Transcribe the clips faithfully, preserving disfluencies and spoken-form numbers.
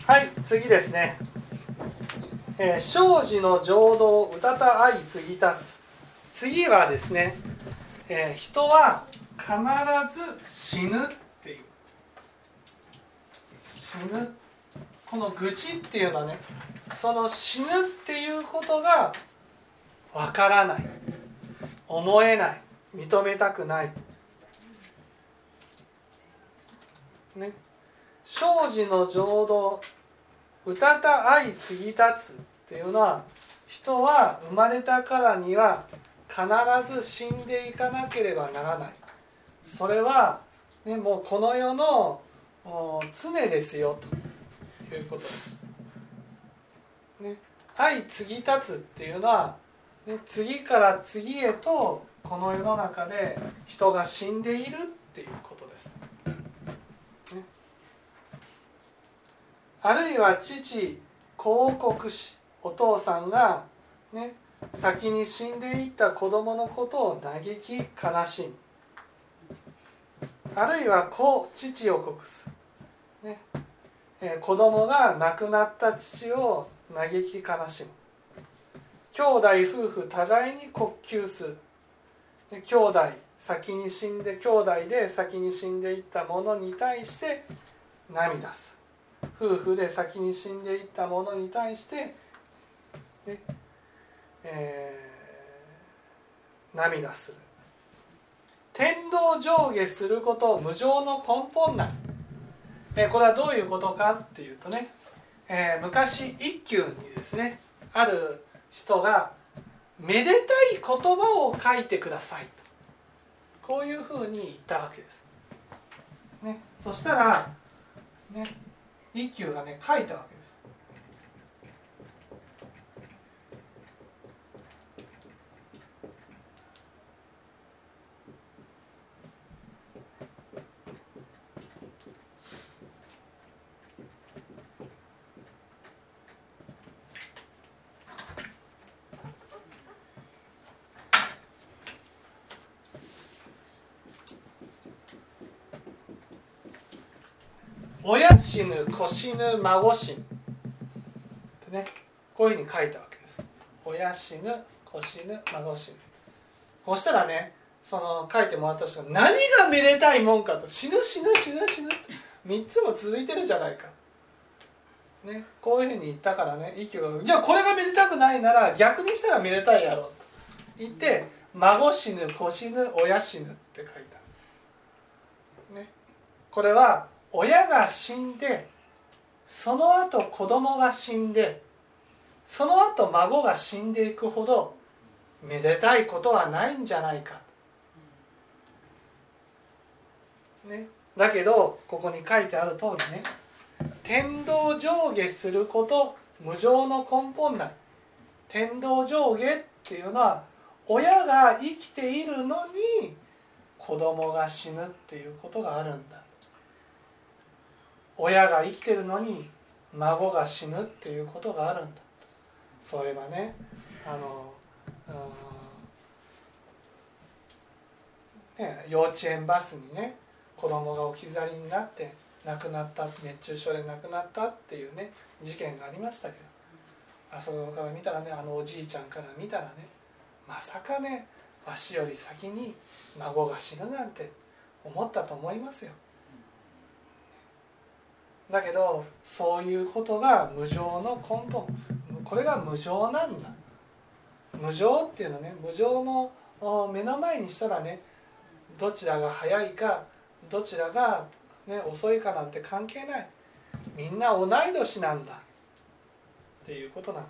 はい、次ですね。えー、生死の浄土うたた相継ぎ足す。次はですね、えー、人は必ず死ぬっていう。死ぬ。この愚痴っていうのはね、その死ぬっていうことがわからない、思えない、認めたくない。ね、生死の浄土うたた相継ぎ立つっていうのは、人は生まれたからには必ず死んでいかなければならない。それは、ね、もうこの世の常ですよということです。ね、相継ぎ立つっていうのは、ね、次から次へとこの世の中で人が死んでいるっていうことです。ね、あるいは父、皇国子、お父さんが、ね、先に死んでいった子供のことを嘆き悲しむ。あるいは子、父を告す。ね、えー、子供が亡くなった父を嘆き悲しむ。兄弟夫婦互いに呼吸する。で、兄弟先に死んで兄弟で先に死んでいった者に対して涙す。夫婦で先に死んでいった者に対して、ねえー、涙する。天道上下すること、無常の根本なり。えー、これはどういうことかっていうとね、えー、昔一休にですね、ある人がめでたい言葉を書いてくださいと、こういうふうに言ったわけです、ね、そしたら、ね、一休がね書いたわけです。親死ぬ子死ぬ孫死ぬってね、こういうふうに書いたわけです。親死ぬ子死ぬ孫死ぬ。そしたらね、その書いてもらった人が何がめでたいもんかと、死ぬ死ぬ死ぬ死ぬってみっつも続いてるじゃないか、ね、こういうふうに言ったからね、一休がじゃあこれがめでたくないなら逆にしたらめでたいやろと言って、孫死ぬ子死ぬ親死ぬって書いた、ね、これは親が死んで、その後子供が死んで、その後孫が死んでいくほどめでたいことはないんじゃないか、ね、だけどここに書いてある通りね、天道上下すること、無常の根本なり。天道上下っていうのは、親が生きているのに子供が死ぬっていうことがあるんだ。親が生きてるのに孫が死ぬっていうことがあるんだ。そういえばね、あの、うんね、幼稚園バスにね、子供が置き去りになって亡くなった、熱中症で亡くなったっていうね事件がありましたけど、あそこから見たらね、あのおじいちゃんから見たらね、まさかね、わしより先に孫が死ぬなんて思ったと思いますよ。だけどそういうことが無常の根本、これが無常なんだ。無常っていうのはね、無常の目の前にしたらね、どちらが早いかどちらが、ね、遅いかなんて関係ない。みんな同い年なんだっていうことなんです、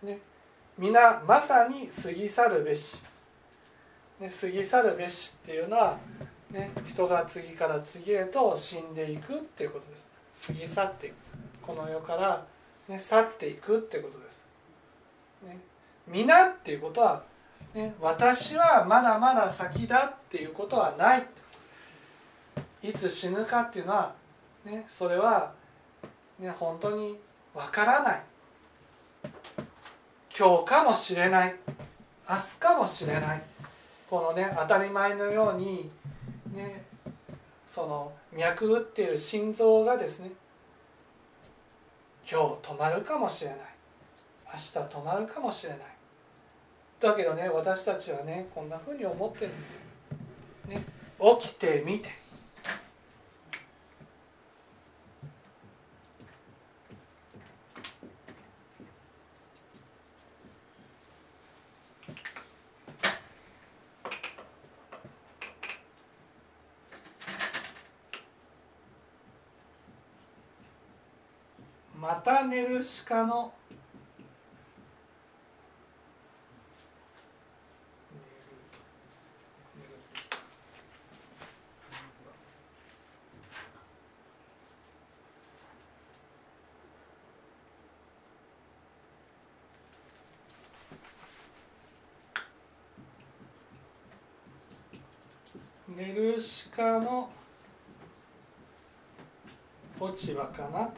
ね、皆まさに過ぎ去るべし、ね、過ぎ去るべしっていうのはね、人が次から次へと死んでいくっていうことです。過ぎ去っていく、この世から、ね、去っていくっていうことです、ね、皆っていうことは、ね、私はまだまだ先だっていうことはない。いつ死ぬかっていうのは、ね、それは、ね、本当にわからない。今日かもしれない、明日かもしれない。このね、当たり前のようにね、 その脈打っている心臓がですね、今日止まるかもしれない、明日止まるかもしれない。だけどね、私たちはねこんなふうに思ってるんですよ、ね、起きてみて、また寝る鹿の寝る鹿の落ち葉かなと。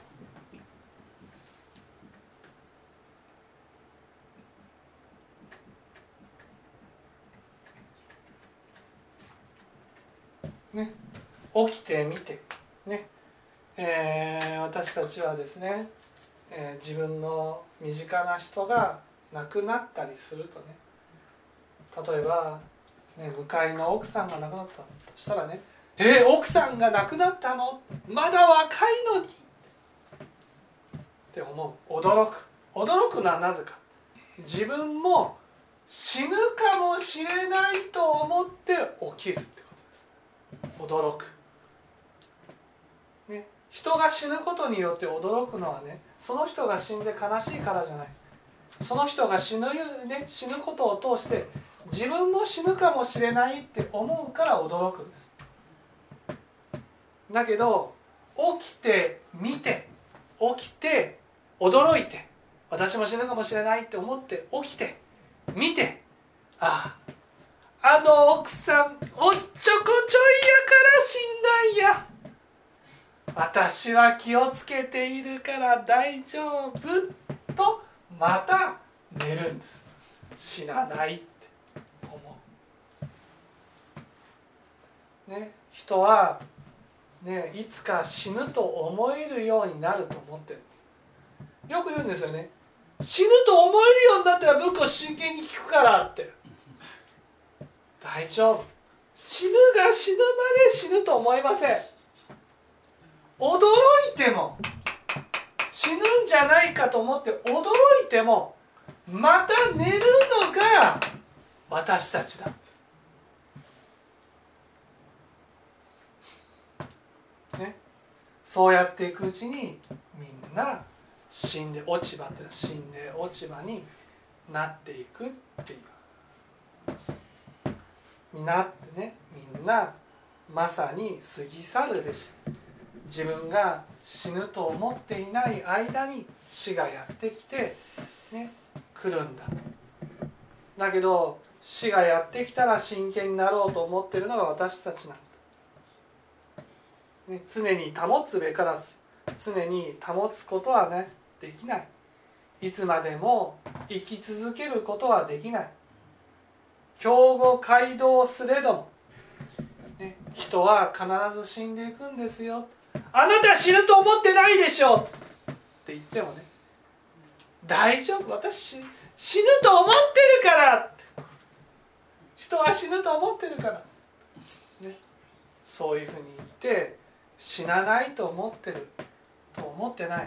ね、起きてみて、ねえー、私たちはですね、えー、自分の身近な人が亡くなったりするとね、例えば、ね、向かいの奥さんが亡くなったとしたらね、えー、奥さんが亡くなったの？まだ若いのにって思う。驚く。驚くのはなぜか。自分も死ぬかもしれないと思って起きるってことです。驚く、ね、人が死ぬことによって驚くのはね、その人が死んで悲しいからじゃない。その人が死ぬ、ね、死ぬことを通して自分も死ぬかもしれないって思うから驚くんです。だけど起きてみて、起きて驚いて、私も死ぬかもしれないって思って起きて見て、ああ、あの奥さんおっちょこちょいやから死んだんや、私は気をつけているから大丈夫とまた寝るんです。死なないって思う、ね、人は、ね、いつか死ぬと思えるようになると思ってるんです。よく言うんですよね、死ぬと思えるようになったら僕を真剣に聞くからって。大丈夫、死ぬが死ぬまで死ぬと思いません。驚いても、死ぬんじゃないかと思って驚いてもまた寝るのが私たちなんです、ね、そうやっていくうちにみんな死んで落ち葉っていうのは死んで落ち葉になっていくっていう、みなってね、みんなまさに過ぎ去るべし、自分が死ぬと思っていない間に死がやってきて、ね、来るんだ。だけど死がやってきたら真剣になろうと思っているのが私たちなんだ、ね、常に保つべからず、常に保つことはねできない。いつまでも生き続けることはできない。境後街道すれども、ね、人は必ず死んでいくんですよ。あなた死ぬと思ってないでしょって言ってもね、大丈夫、私死ぬと思ってるからって、人は死ぬと思ってるから、ね、そういうふうに言って死なないと思ってると思ってない、ね、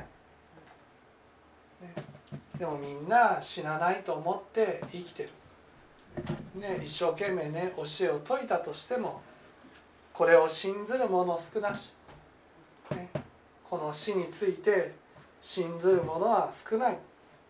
でもみんな死なないと思って生きてる、ね、一生懸命ね教えを説いたとしてもこれを信ずる者少なし、ね、この死について信ずる者は少ない。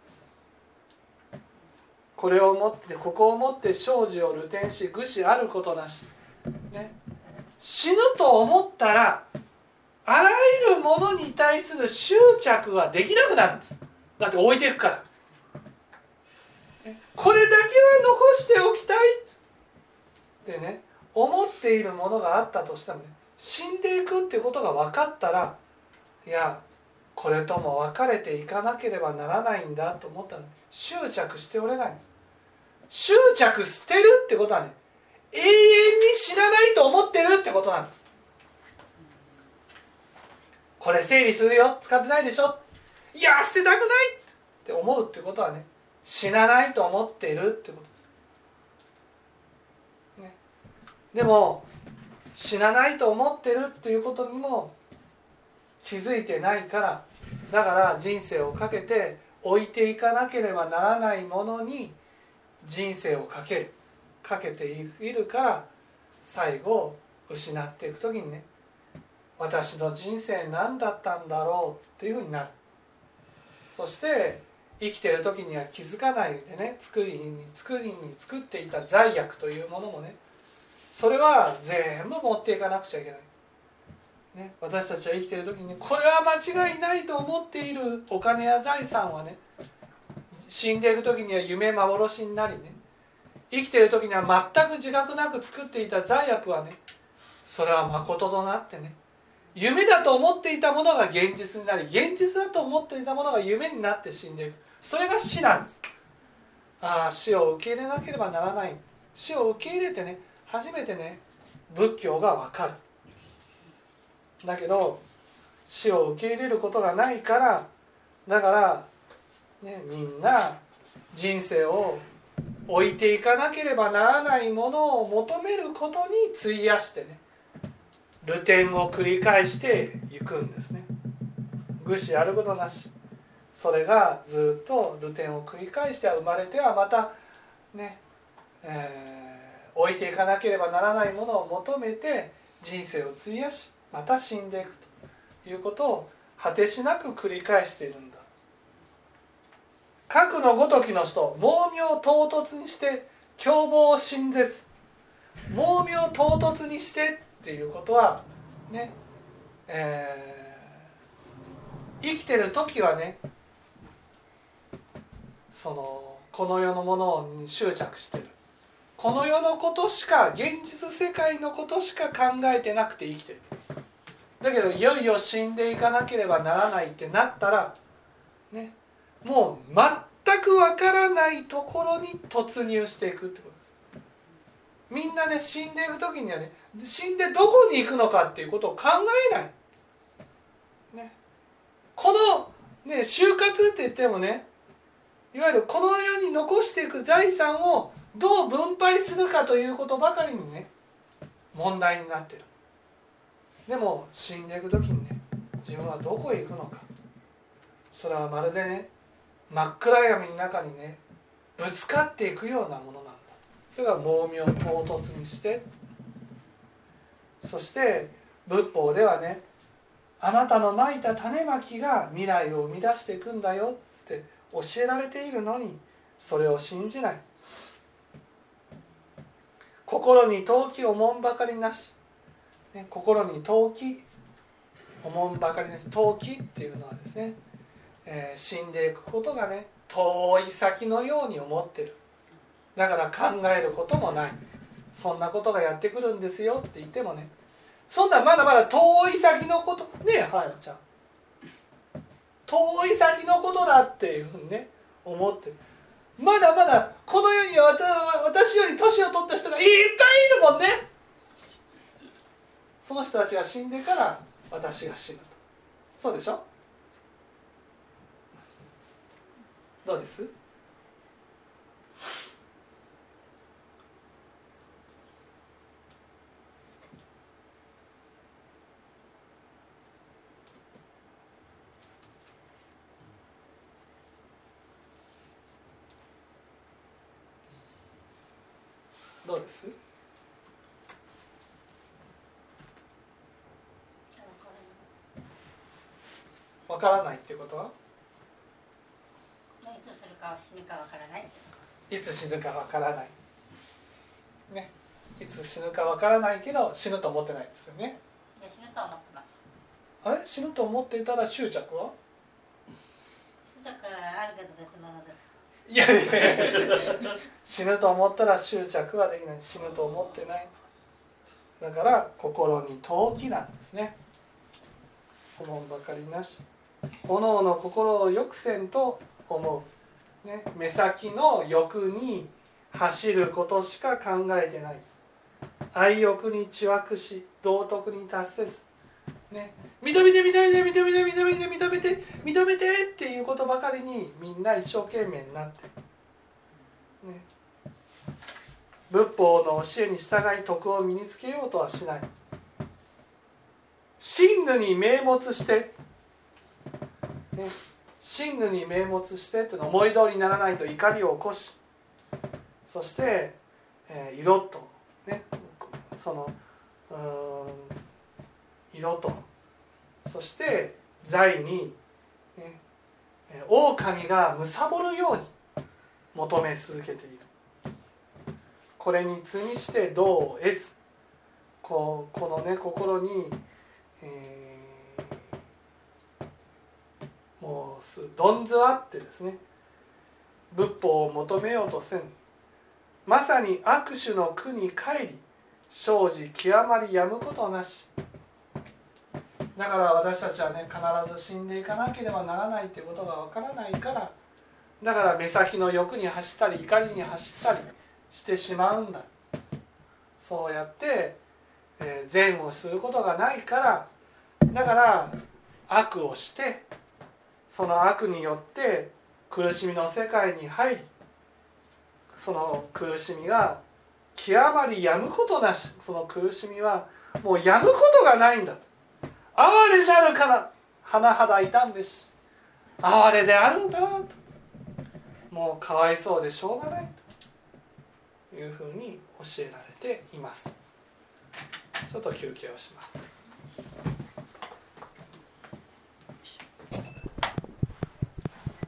これをもってここをもって生死を流転し愚死あることなし、ね、死ぬと思ったらあらゆるものに対する執着はできなくなるんです。だって置いていくから、ね、これだけは残しておきたいってね思っているものがあったとしてもね、死んでいくっていうことが分かったら、いやこれとも別れていかなければならないんだと思ったら執着しておれないんです。執着捨てるってことはね、永遠に死なないと思ってるってことなんです。 これ整理するよ、使ってないでしょ、いや捨てたくないって思うってことはね、死なないと思っているってことです、ね、でも死なないと思ってるっていうことにも気づいてないから、だから人生をかけて置いていかなければならないものに人生をかけるかけているから、最後失っていく時にね、私の人生何だったんだろうっていうふうになる。そして生きてる時には気づかないでね、作りに作りに作っていた罪悪というものもね、それは全部持っていかなくちゃいけない、ね、私たちは生きてる時にこれは間違いないと思っているお金や財産はね、死んでいく時には夢幻になりね、生きている時には全く自覚なく作っていた罪悪はね、それは誠となってね、夢だと思っていたものが現実になり、現実だと思っていたものが夢になって死んでいく。それが死なんです。ああ、死を受け入れなければならない。死を受け入れてね、初めてね、仏教が分かる。だけど死を受け入れることがないから、だから、ね、みんな人生を置いていかなければならないものを求めることに費やしてね、流転を繰り返していくんですね。愚痴あることなし、それがずっと流転を繰り返しては生まれてはまたね、えー、置いていかなければならないものを求めて人生を費やし、また死んでいくということを果てしなく繰り返しているんだ。核のごときの人、妄名唐突にして凶暴心絶、妄名唐突にしてっていうことはね、えー、生きてる時はね、そのこの世のものに執着してる、この世のことしか、現実世界のことしか考えてなくて生きてる。だけどいよいよ死んでいかなければならないってなったらね、もう全くわからないところに突入していくってことです。みんなね、死んでいく時にはね、死んでどこに行くのかっていうことを考えない、ね、この、ね、就活って言ってもね、いわゆるこの世に残していく財産をどう分配するかということばかりにね、問題になってる。でも死んでいく時にね、自分はどこへ行くのか、それはまるでね、真っ暗闇の中にね、ぶつかっていくようなものなんだ。それが妄名唐突にして、そして仏法ではね、あなたのまいた種まきが未来を生み出していくんだよって教えられているのに、それを信じない。心に陶器おもんばかりなし、ね、心に陶器おもんばかりなし、陶器っていうのはですね、えー、死んでいくことがね、遠い先のように思ってる。だから考えることもない。そんなことがやってくるんですよって言ってもね、そんなまだまだ遠い先のことねえ、はやちゃん、遠い先のことだっていうふうにね思ってる。まだまだこの世には私より年を取った人がいっぱいいるもんね。その人たちが死んでから私が死ぬと。そうでしょ。どうです？どうです？わからないってことは？ いつするか死ぬかわからない。 いつ死ぬかわからない。ね、いつ死ぬかわからないけど死ぬと思ってないですよね。 いや、死ぬと思ってます。 あれ、死ぬと思っていたら執着は？ 執着はあるけど別物です。 いやいやいや死ぬと思ったら執着はできない。死ぬと思ってない。だから心に陶器なんですね。おもんばかりなし。おのおの心をよくせんと思う、ね、目先の欲に走ることしか考えてない。愛欲に知惑し道徳に達せず、 ね、認めて認めて認めて認めて認めて認めてっていうことばかりにみんな一生懸命になってる、ね、仏法の教えに従い徳を身につけようとはしない。真愚に名物して、ね、真愚に名物してっていうのは思い通りにならないと怒りを起こし、そして、えー、色と、ね、そのうーん色と、そして財に、ね、狼が貪るように求め続けている。これに罪して道を得ず、こうこのね心に、えー、もうどんずあってですね、仏法を求めようとせん、まさに悪種の苦に帰り生じ極まりやむことなし。だから私たちはね、必ず死んでいかなければならないということがわからないから、だから目先の欲に走ったり怒りに走ったりしてしまうんだ。そうやって、えー、善をすることがないから、だから悪をして、その悪によって苦しみの世界に入り、その苦しみが極まりやむことなし、その苦しみはもうやむことがないんだ。哀れなるから甚だ痛んでし、哀れであるんだと、もうかわいそうでしょうがないというふうに教えられています。ちょっと休憩をします。